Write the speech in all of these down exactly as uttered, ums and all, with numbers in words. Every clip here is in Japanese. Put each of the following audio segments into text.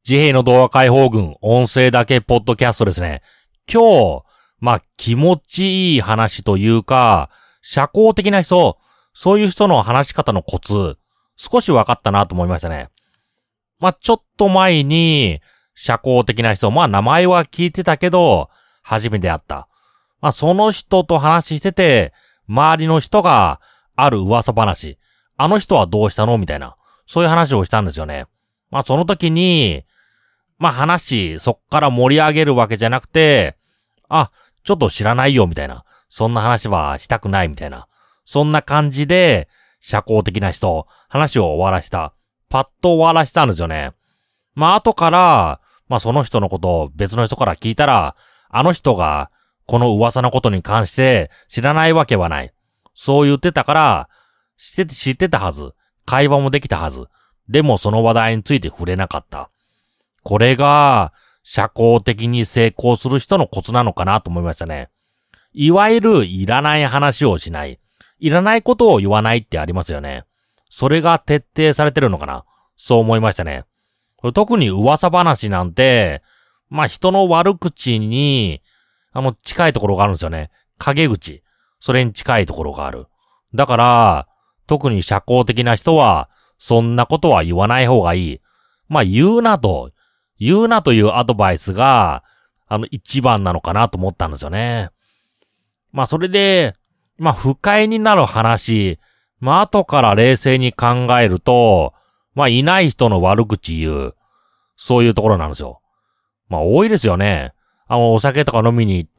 自閉の動画解放軍音声だけポッドキャストですね。今日、まあ、気持ちいい話というか、社交的な人、そういう人の話し方のコツ、少し分かったなと思いましたね。まあ、ちょっと前に、社交的な人、まあ、名前は聞いてたけど、初めて会った。まあ、その人と話してて、周りの人がある噂話、あの人はどうしたのみたいな、そういう話をしたんですよね。まあ、その時に、まあ、話、そっから盛り上げるわけじゃなくて、あ、ちょっと知らないよ、みたいな。そんな話はしたくない、みたいな。そんな感じで、社交的な人、話を終わらした。パッと終わらしたんですよね。まあ、後から、まあ、その人のことを別の人から聞いたら、あの人が、この噂のことに関して知らないわけはない。そう言ってたから、知ってて、知ってたはず。会話もできたはず。でもその話題について触れなかった。これが、社交的に成功する人のコツなのかなと思いましたね。いわゆるいらない話をしない。いらないことを言わないってありますよね。それが徹底されてるのかな。そう思いましたね。特に噂話なんて、まあ人の悪口に、あの近いところがあるんですよね。陰口。それに近いところがある。だから、特に社交的な人は、そんなことは言わない方がいい。まあ言うなと、言うなというアドバイスが、あの一番なのかなと思ったんですよね。まあそれで、まあ不快になる話、まあ後から冷静に考えると、まあいない人の悪口言う、そういうところなんですよ。まあ多いですよね。あのお酒とか飲みに行って、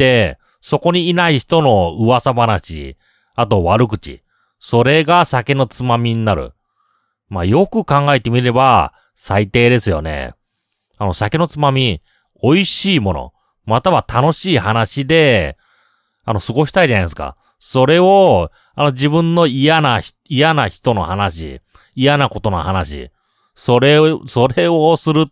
そこにいない人の噂話、あと悪口、それが酒のつまみになる。まあよく考えてみれば最低ですよね。あの酒のつまみ、美味しいもの、または楽しい話で、あの過ごしたいじゃないですか。それを、あの自分の嫌な、嫌な人の話、嫌なことの話、それを、それをするって、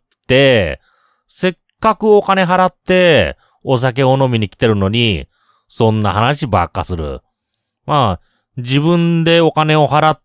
せっかくお金払ってお酒を飲みに来てるのに、そんな話ばっかする。まあ、自分でお金を払って、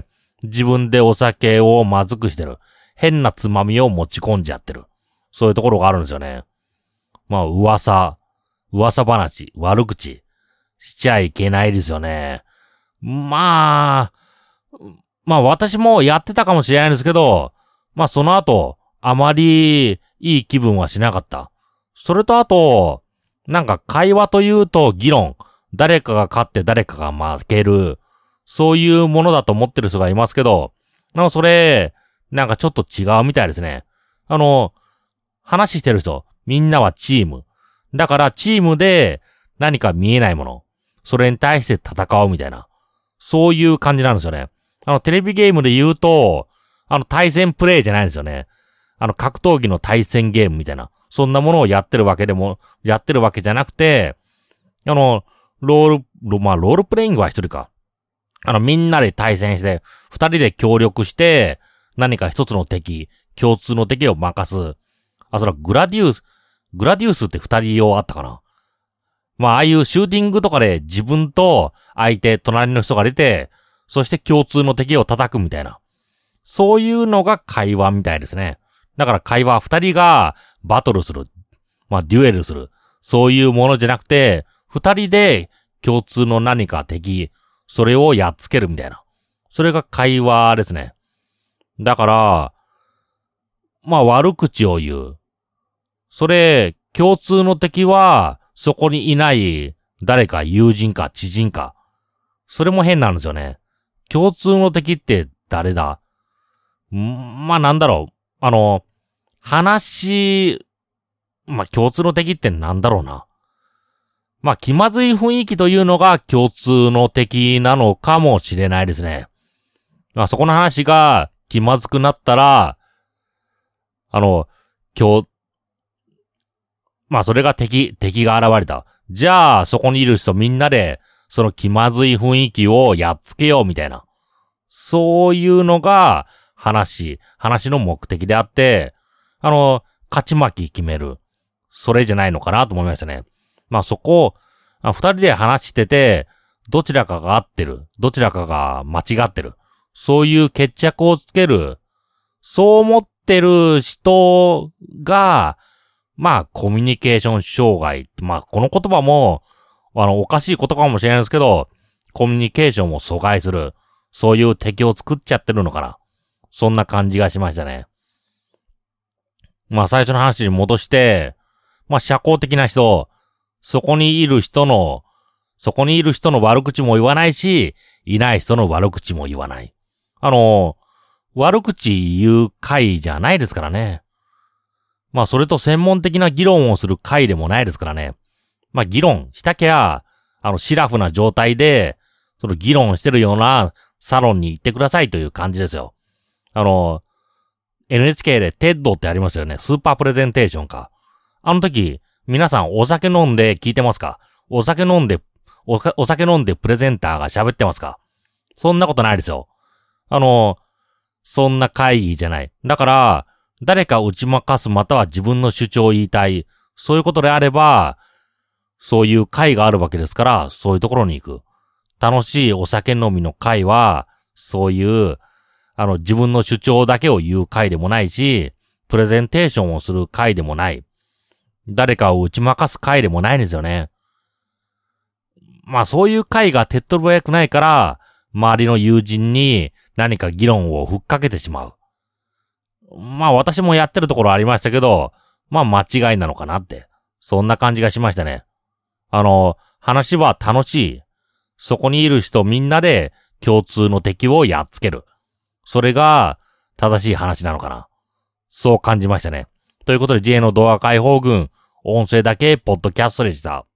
自分でお酒をまずくしてる。変なつまみを持ち込んじゃってる。そういうところがあるんですよね。まあ、噂、噂話、悪口、しちゃいけないですよね。まあ、まあ私もやってたかもしれないんですけど、まあその後、あまりいい気分はしなかった。それとあと、なんか会話というと議論、誰かが勝って誰かが負ける、そういうものだと思ってる人がいますけど、なんかそれ、なんかちょっと違うみたいですね。あの、話してる人、みんなはチーム。だからチームで何か見えないもの、それに対して戦うみたいな。そういう感じなんですよね。あの、テレビゲームで言うと、あの、対戦プレイじゃないんですよね。あの、格闘技の対戦ゲームみたいな。そんなものをやってるわけでも、やってるわけじゃなくて、あの、ロール、まあ、ロールプレイングは一人か。あの、みんなで対戦して、二人で協力して、何か一つの敵、共通の敵を任す。あ、そら、グラディウス、グラディウスって二人用あったかな。まあ、ああいうシューティングとかで自分と相手、隣の人が出て、そして共通の敵を叩くみたいな。そういうのが会話みたいですね。だから会話は二人がバトルする。まあ、デュエルする。そういうものじゃなくて、二人で共通の何か敵、それをやっつけるみたいな。それが会話ですね。だから、まあ悪口を言う。それ、共通の敵は、そこにいない誰か友人か知人か。それも変なんですよね。共通の敵って誰だ？んまあなんだろう。あの、話、まあ共通の敵ってなんだろうな。まあ気まずい雰囲気というのが共通の敵なのかもしれないですね。まあそこの話が気まずくなったら、あの、今日、まあそれが敵、敵が現れた。じゃあそこにいる人みんなで、その気まずい雰囲気をやっつけようみたいな。そういうのが話、話の目的であって、あの、勝ち負け決める。それじゃないのかなと思いましたね。まあそこ、二人で話してて、どちらかが合ってる。どちらかが間違ってる。そういう決着をつける。そう思っってる人が、まあ、コミュニケーション障害。まあ、この言葉も、あの、おかしいことかもしれないですけど、コミュニケーションを阻害する。そういう敵を作っちゃってるのかな。そんな感じがしましたね。まあ、最初の話に戻して、まあ、社交的な人、そこにいる人の、そこにいる人の悪口も言わないし、いない人の悪口も言わない。あの、悪口言う会じゃないですからね。まあ、それと専門的な議論をする会でもないですからね。まあ、議論したきゃ、あの、シラフな状態で、その議論してるようなサロンに行ってくださいという感じですよ。あの、エヌエイチケー でテッドってありますよね。スーパープレゼンテーションか。あの時、皆さんお酒飲んで聞いてますか？お酒飲んで、お、お酒飲んでプレゼンターが喋ってますか？そんなことないですよ。あの、そんな会議じゃない。だから、誰か打ち負かすまたは自分の主張を言いたい。そういうことであれば、そういう会があるわけですから、そういうところに行く。楽しいお酒飲みの会は、そういう、あの、自分の主張だけを言う会でもないし、プレゼンテーションをする会でもない。誰かを打ち負かす会でもないんですよね。まあそういう会が手っ取り早くないから、周りの友人に何か議論をふっかけてしまう。まあ私もやってるところありましたけど、まあ間違いなのかなって。そんな感じがしましたね。あの、話は楽しい。そこにいる人みんなで共通の敵をやっつける。それが正しい話なのかな。そう感じましたね。ということで ジェー の動画解放軍、音声だけポッドキャストでした。